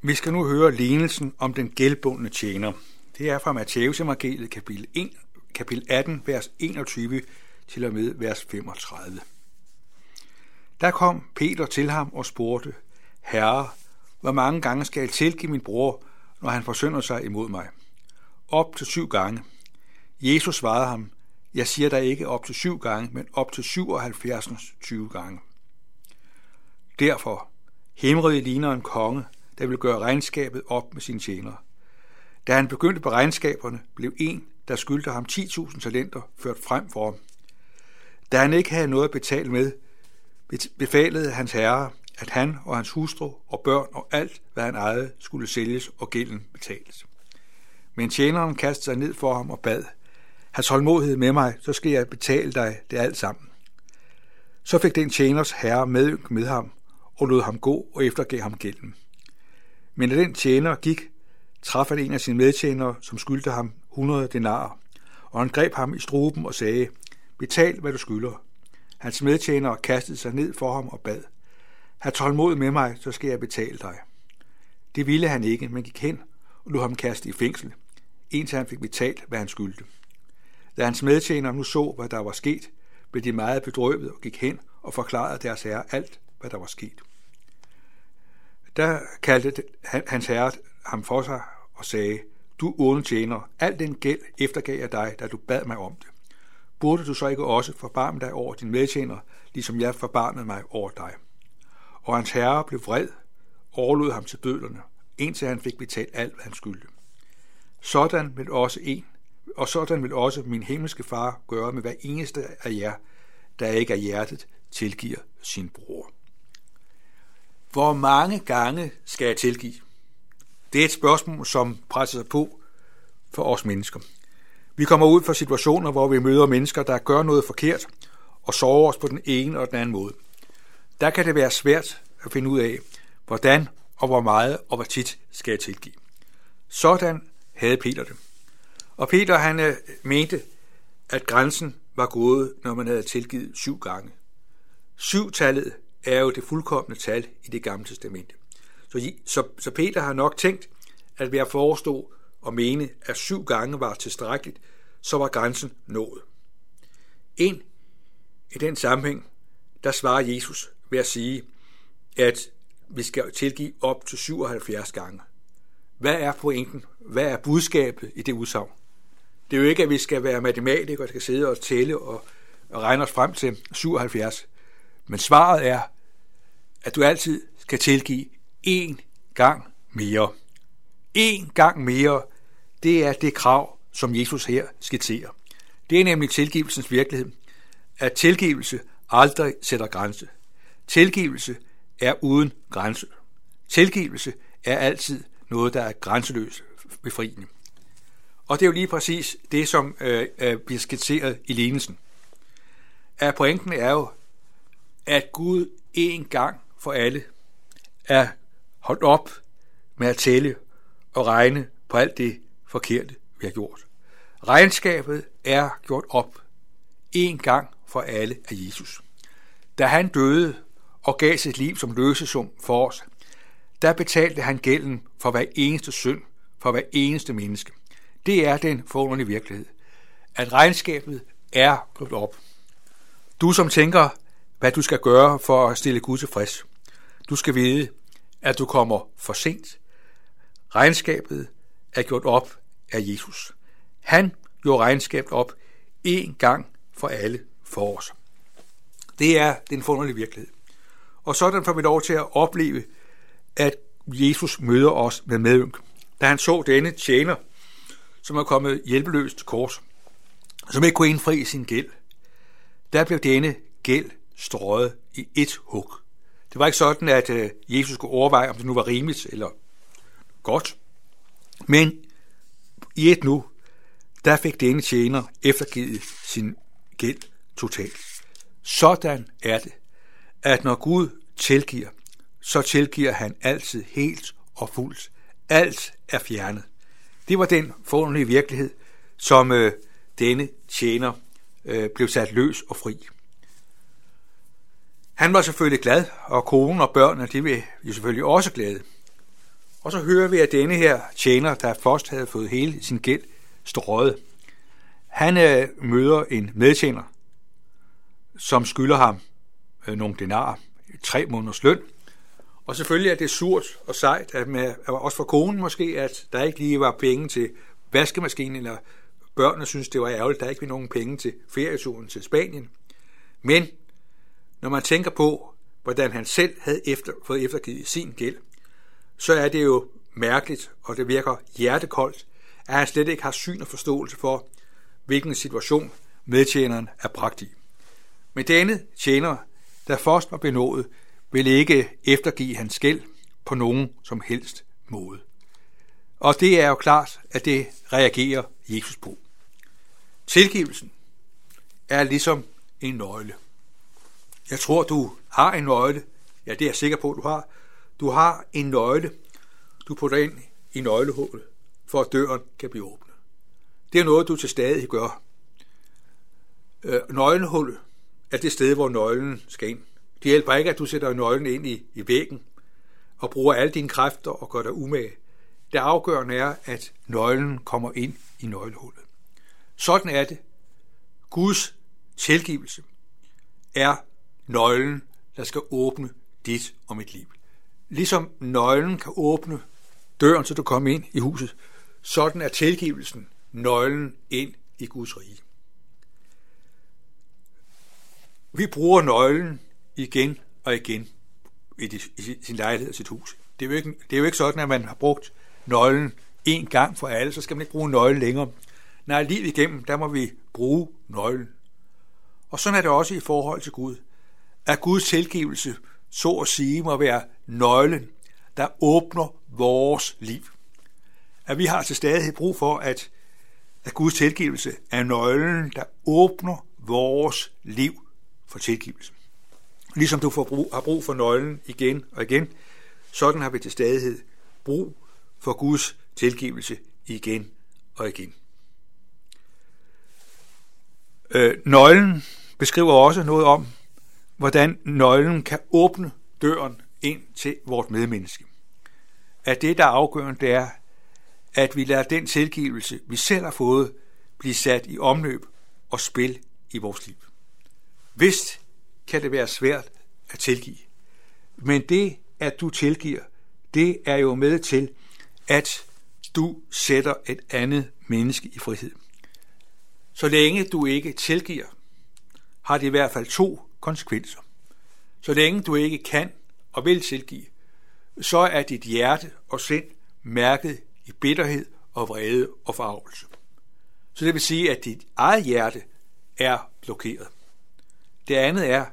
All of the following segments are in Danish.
Vi skal nu høre lignelsen om den gældbundne tjener. Det er fra Matthæus evangeliet kapitel 18, vers 21 til og med vers 35. Der kom Peter til ham og spurgte: Herre, hvor mange gange skal jeg tilgive min bror, når han forsynder sig imod mig? Op til 7 gange. Jesus svarede ham: Jeg siger dig ikke op til 7 gange, men op til 77 gange. Derfor Himmeriget ligner en konge, der vil gøre regnskabet op med sine tjenere. Da han begyndte på regnskaberne, blev en, der skyldte ham 10.000 talenter, ført frem for ham. Da han ikke havde noget at betale med, befalede hans herre, at han og hans hustru og børn og alt, hvad han ejede, skulle sælges og gælden betales. Men tjeneren kastede sig ned for ham og bad: Have tålmodighed med mig, så skal jeg betale dig det alt sammen. Så fik den tjeners herre medynk med ham og lod ham gå og eftergav ham gælden. Men da den tjener gik, traf han en af sine medtjenere, som skyldte ham 100 denarer, og han greb ham i struben og sagde: Betal, hvad du skylder. Hans medtjenere kastede sig ned for ham og bad: Have tålmod med mig, så skal jeg betale dig. Det ville han ikke, men gik hen og lod ham kaste i fængsel, indtil han fik betalt, hvad han skyldte. Da hans medtjenere nu så, hvad der var sket, blev de meget bedrøvet og gik hen og forklarede deres herre alt, hvad der var sket. Der kaldte hans herre ham for sig og sagde: Du onde tjener, al den gæld eftergav jeg dig, da du bad mig om det. Burde du så ikke også forbarme dig over din medtjener, ligesom jeg forbarmede mig over dig? Og hans herre blev vred, overlod ham til bødlerne, indtil han fik betalt alt, hvad han skyldte. Sådan vil også min himmelske far gøre med hver eneste af jer, der ikke af hjertet tilgiver sin bror. Hvor mange gange skal jeg tilgive? Det er et spørgsmål, som presser sig på for os mennesker. Vi kommer ud for situationer, hvor vi møder mennesker, der gør noget forkert og sårer os på den ene og den anden måde. Der kan det være svært at finde ud af, hvordan og hvor meget og hvor tit skal jeg tilgive. Sådan havde Peter det. Og Peter han mente, at grænsen var gået, når man havde tilgivet 7 gange. 7-tallet er jo det fuldkomne tal i Det Gamle Testamente. Så Peter har nok tænkt, at ved at forestå og mene, at 7 gange var tilstrækkeligt, så var grænsen nået. I den sammenhæng, der svarer Jesus ved at sige, at vi skal tilgive op til 77 gange. Hvad er pointen? Hvad er budskabet i det udsagn? Det er jo ikke, at vi skal være matematikere, der skal sidde og tælle og regne os frem til 77. Men svaret er, at du altid skal tilgive 1 gang mere. 1 gang mere, det er det krav, som Jesus her skitserer. Det er nemlig tilgivelsens virkelighed, at tilgivelse aldrig sætter grænse. Tilgivelse er uden grænse. Tilgivelse er altid noget, der er grænseløst befriende. Og det er jo lige præcis det, som bliver skitseret i lignelsen. At pointen er jo, at Gud 1 gang for alle er holdt op med at tælle og regne på alt det forkerte, vi har gjort. Regnskabet er gjort op 1 gang for alle af Jesus. Da han døde og gav sit liv som løsesum for os, der betalte han gælden for hver eneste synd, for hver eneste menneske. Det er den forunderlige virkelighed, at regnskabet er gjort op. Du som tænker, hvad du skal gøre for at stille Gud tilfreds, du skal vide, at du kommer for sent. Regnskabet er gjort op af Jesus. Han gjorde regnskabet op 1 gang for alle for os. Det er den forunderlige virkelighed. Og sådan får vi lov til at opleve, at Jesus møder os med medynk. Da han så denne tjener, som er kommet hjælpeløst til kors, som ikke kunne indfri sin gæld, der blev denne gæld strøget i et hug. Det var ikke sådan, at Jesus skulle overveje, om det nu var rimeligt eller godt. Men i et nu, der fik denne tjener eftergivet sin gæld totalt. Sådan er det, at når Gud tilgiver, så tilgiver han altid helt og fuldt. Alt er fjernet. Det var den forunderlige virkelighed, som denne tjener blev sat løs og fri. Han var selvfølgelig glad, og konen og børnene, de var jo selvfølgelig også glade. Og så hører vi, at denne her tjener, der først havde fået hele sin gæld strøget, han møder en medtjener, som skylder ham nogle denarer, 3 måneders løn. Og selvfølgelig er det surt og sejt, at også for konen måske, at der ikke lige var penge til vaskemaskinen, eller børnene synes, det var ærgerligt, at der ikke var nogen penge til ferieturen til Spanien. Men når man tænker på, hvordan han selv havde fået eftergivet sin gæld, så er det jo mærkeligt, og det virker hjertekoldt, at han slet ikke har syn og forståelse for, hvilken situation medtjeneren er bragt i. Men denne tjener, der først var benådet, ville ikke eftergive hans gæld på nogen som helst måde. Og det er jo klart, at det reagerer Jesus på. Tilgivelsen er ligesom en nøgle. Jeg tror, du har en nøgle. Ja, det er jeg sikker på, du har. Du har en nøgle, du putter ind i nøglehullet, for at døren kan blive åbnet. Det er noget, du til stadig gør. Nøglehullet er det sted, hvor nøglen skal ind. Det hjælper ikke, at du sætter nøglen ind i væggen og bruger alle dine kræfter og gør dig umage. Det afgørende er, at nøglen kommer ind i nøglehullet. Sådan er det. Guds tilgivelse er nøglen, der skal åbne dit og mit liv. Ligesom nøglen kan åbne døren, så du kommer ind i huset, sådan er tilgivelsen nøglen ind i Guds rige. Vi bruger nøglen igen og igen i sin lejlighed og sit hus. Det er jo ikke sådan, at man har brugt nøglen en gang for alle, så skal man ikke bruge nøglen længere. Nej, livet igennem, der må vi bruge nøglen. Og sådan er det også i forhold til Gud. At Guds tilgivelse, så at sige, må være nøglen, der åbner vores liv. At vi har til stadighed brug for, at Guds tilgivelse er nøglen, der åbner vores liv for tilgivelse. Ligesom du har brug for nøglen igen og igen, sådan har vi til stadighed brug for Guds tilgivelse igen og igen. Nøglen beskriver også noget om, hvordan nøglen kan åbne døren ind til vort medmenneske. At det, der er afgørende, det er, at vi lader den tilgivelse, vi selv har fået, blive sat i omløb og spil i vores liv. Vist kan det være svært at tilgive, men det, at du tilgiver, det er jo med til, at du sætter et andet menneske i frihed. Så længe du ikke tilgiver, har det i hvert fald 2 konsekvenser. Så længe du ikke kan og vil tilgive, så er dit hjerte og sind mærket i bitterhed og vrede og forargelse. Så det vil sige, at dit eget hjerte er blokeret. Det andet er,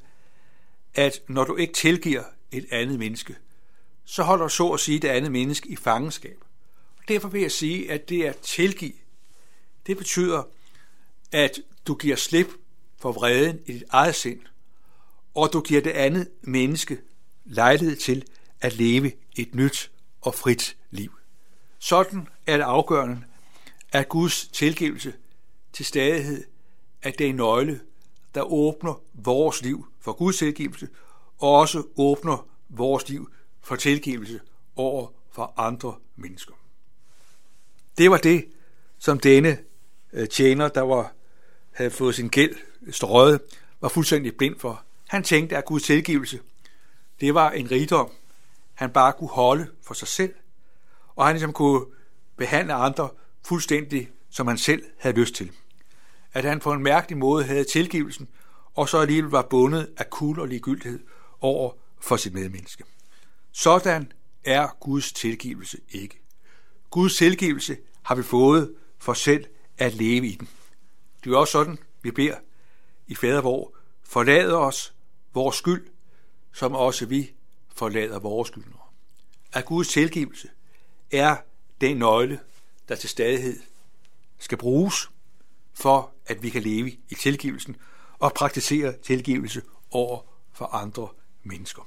at når du ikke tilgiver et andet menneske, så holder du så at sige det andet menneske i fangenskab. Derfor vil jeg sige, at det at tilgive, det betyder, at du giver slip for vreden i dit eget sind, og du giver det andet menneske lejlighed til at leve et nyt og frit liv. Sådan er det afgørende, at Guds tilgivelse til stadighed er den nøgle, der åbner vores liv for Guds tilgivelse, og også åbner vores liv for tilgivelse over for andre mennesker. Det var det, som denne tjener, der havde fået sin gæld strøget, var fuldstændig blind for. Han tænkte, at Guds tilgivelse, det var en rigdom, han bare kunne holde for sig selv, og han ligesom kunne behandle andre fuldstændig, som han selv havde lyst til. At han på en mærkelig måde havde tilgivelsen, og så alligevel var bundet af kulde og ligegyldighed over for sit medmenneske. Sådan er Guds tilgivelse ikke. Guds tilgivelse har vi fået for selv at leve i den. Det er også sådan, vi beder i Fader vor, forlad os vores skyld, som også vi forlader vores skyldnere. At Guds tilgivelse er den nøgle, der til stadighed skal bruges, for at vi kan leve i tilgivelsen og praktisere tilgivelse over for andre mennesker.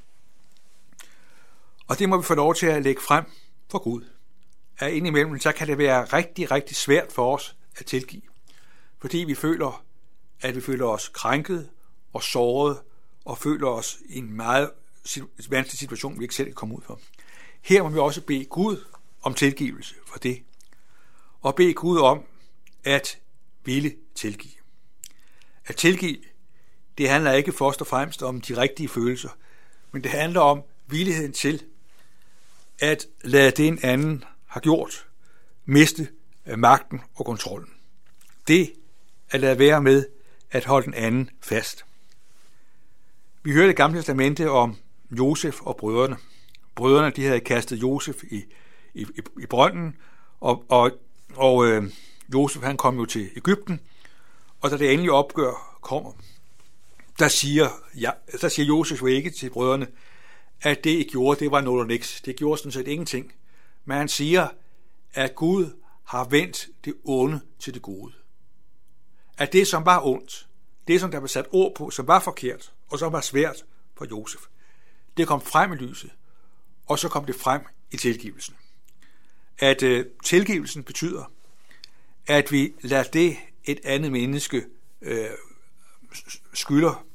Og det må vi få lov til at lægge frem for Gud. At indimellem så kan det være rigtig, rigtig svært for os at tilgive, fordi vi føler os krænket og såret og føler os i en meget vanskelig situation, vi ikke selv kan komme ud for. Her må vi også bede Gud om tilgivelse for det, og bede Gud om at ville tilgive. At tilgive, det handler ikke først og fremmest om de rigtige følelser, men det handler om villigheden til at lade det en anden har gjort miste magten og kontrollen. Det at lade være med at holde den anden fast. Vi hørte i Det Gamle Testamente om Josef og brødrene. Brødrene, de havde kastet Josef i brønden, og Josef, han kom jo til Egypten, og da det endelige opgør kommer, der siger Josef jo ikke til brødrene, at det, I gjorde, det var noget og niks. Det gjorde sådan set ingenting. Men han siger, at Gud har vendt det onde til det gode. At det, som var ondt, det, som der blev sat ord på, som var forkert, og som var svært for Josef, det kom frem i lyset, og så kom det frem i tilgivelsen. At tilgivelsen betyder, at vi lader det, et andet menneske skylder,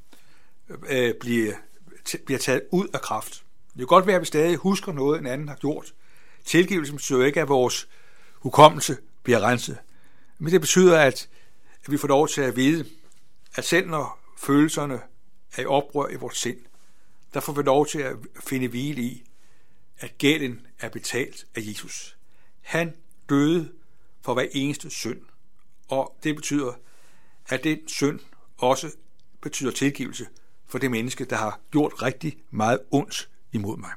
bliver taget ud af kraft. Det kan godt være, at vi stadig husker noget, en anden har gjort. Tilgivelsen betyder ikke, at vores hukommelse bliver renset. Men det betyder, at vi får lov til at vide, at selv når følelserne er i oprør i vores sind, der får vi lov til at finde hvile i, at gælden er betalt af Jesus. Han døde for hver eneste synd, og det betyder, at den synd også betyder tilgivelse for det menneske, der har gjort rigtig meget ondt imod mig.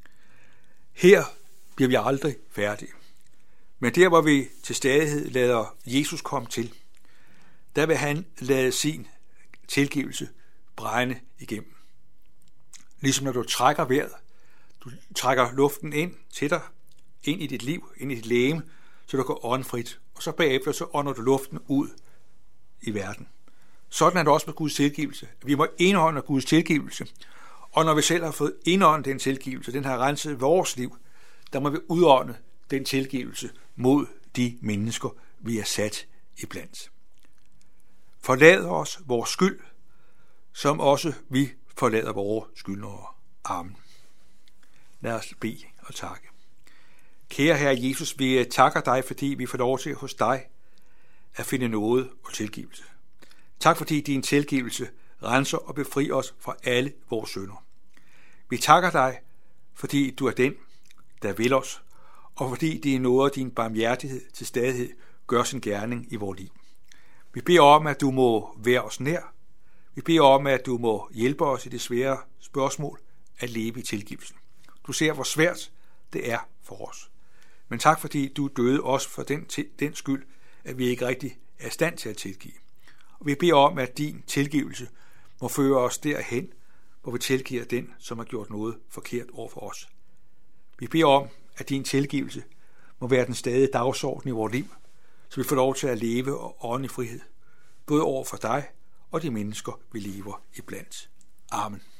Her bliver vi aldrig færdige. Men der, hvor vi til stadighed lader Jesus komme til, der vil han lade sin tilgivelse brænde igennem. Ligesom når du trækker vejret, du trækker luften ind til dig, ind i dit liv, ind i dit legeme, så du kan ånde frit, og så bagefter så ånder du luften ud i verden. Sådan er det også med Guds tilgivelse. Vi må indånde Guds tilgivelse, og når vi selv har fået indåndet den tilgivelse, den har renset vores liv, der må vi udånde den tilgivelse mod de mennesker, vi er sat iblandt. Forlad os vores skyld, som også vi forlader vores skyldnere. Amen. Lad os bede og takke. Kære Herre Jesus, vi takker dig, fordi vi får lov til hos dig at finde nåde og tilgivelse. Tak fordi din tilgivelse renser og befrier os fra alle vores synder. Vi takker dig, fordi du er den, der vil os, og fordi det er noget af din barmhjertighed til stadighed gør sin gerning i vores liv. Vi beder om, at du må være os nær. Vi beder om, at du må hjælpe os i det svære spørgsmål at leve i tilgivelsen. Du ser, hvor svært det er for os. Men tak, fordi du døde os for den skyld, at vi ikke rigtig er i stand til at tilgive. Og vi beder om, at din tilgivelse må føre os derhen, hvor vi tilgiver den, som har gjort noget forkert over for os. Vi beder om, at din tilgivelse må være den stadige dagsorden i vores liv, så vi får lov til at leve og ånde i frihed, både over for dig og de mennesker, vi lever iblandt. Amen.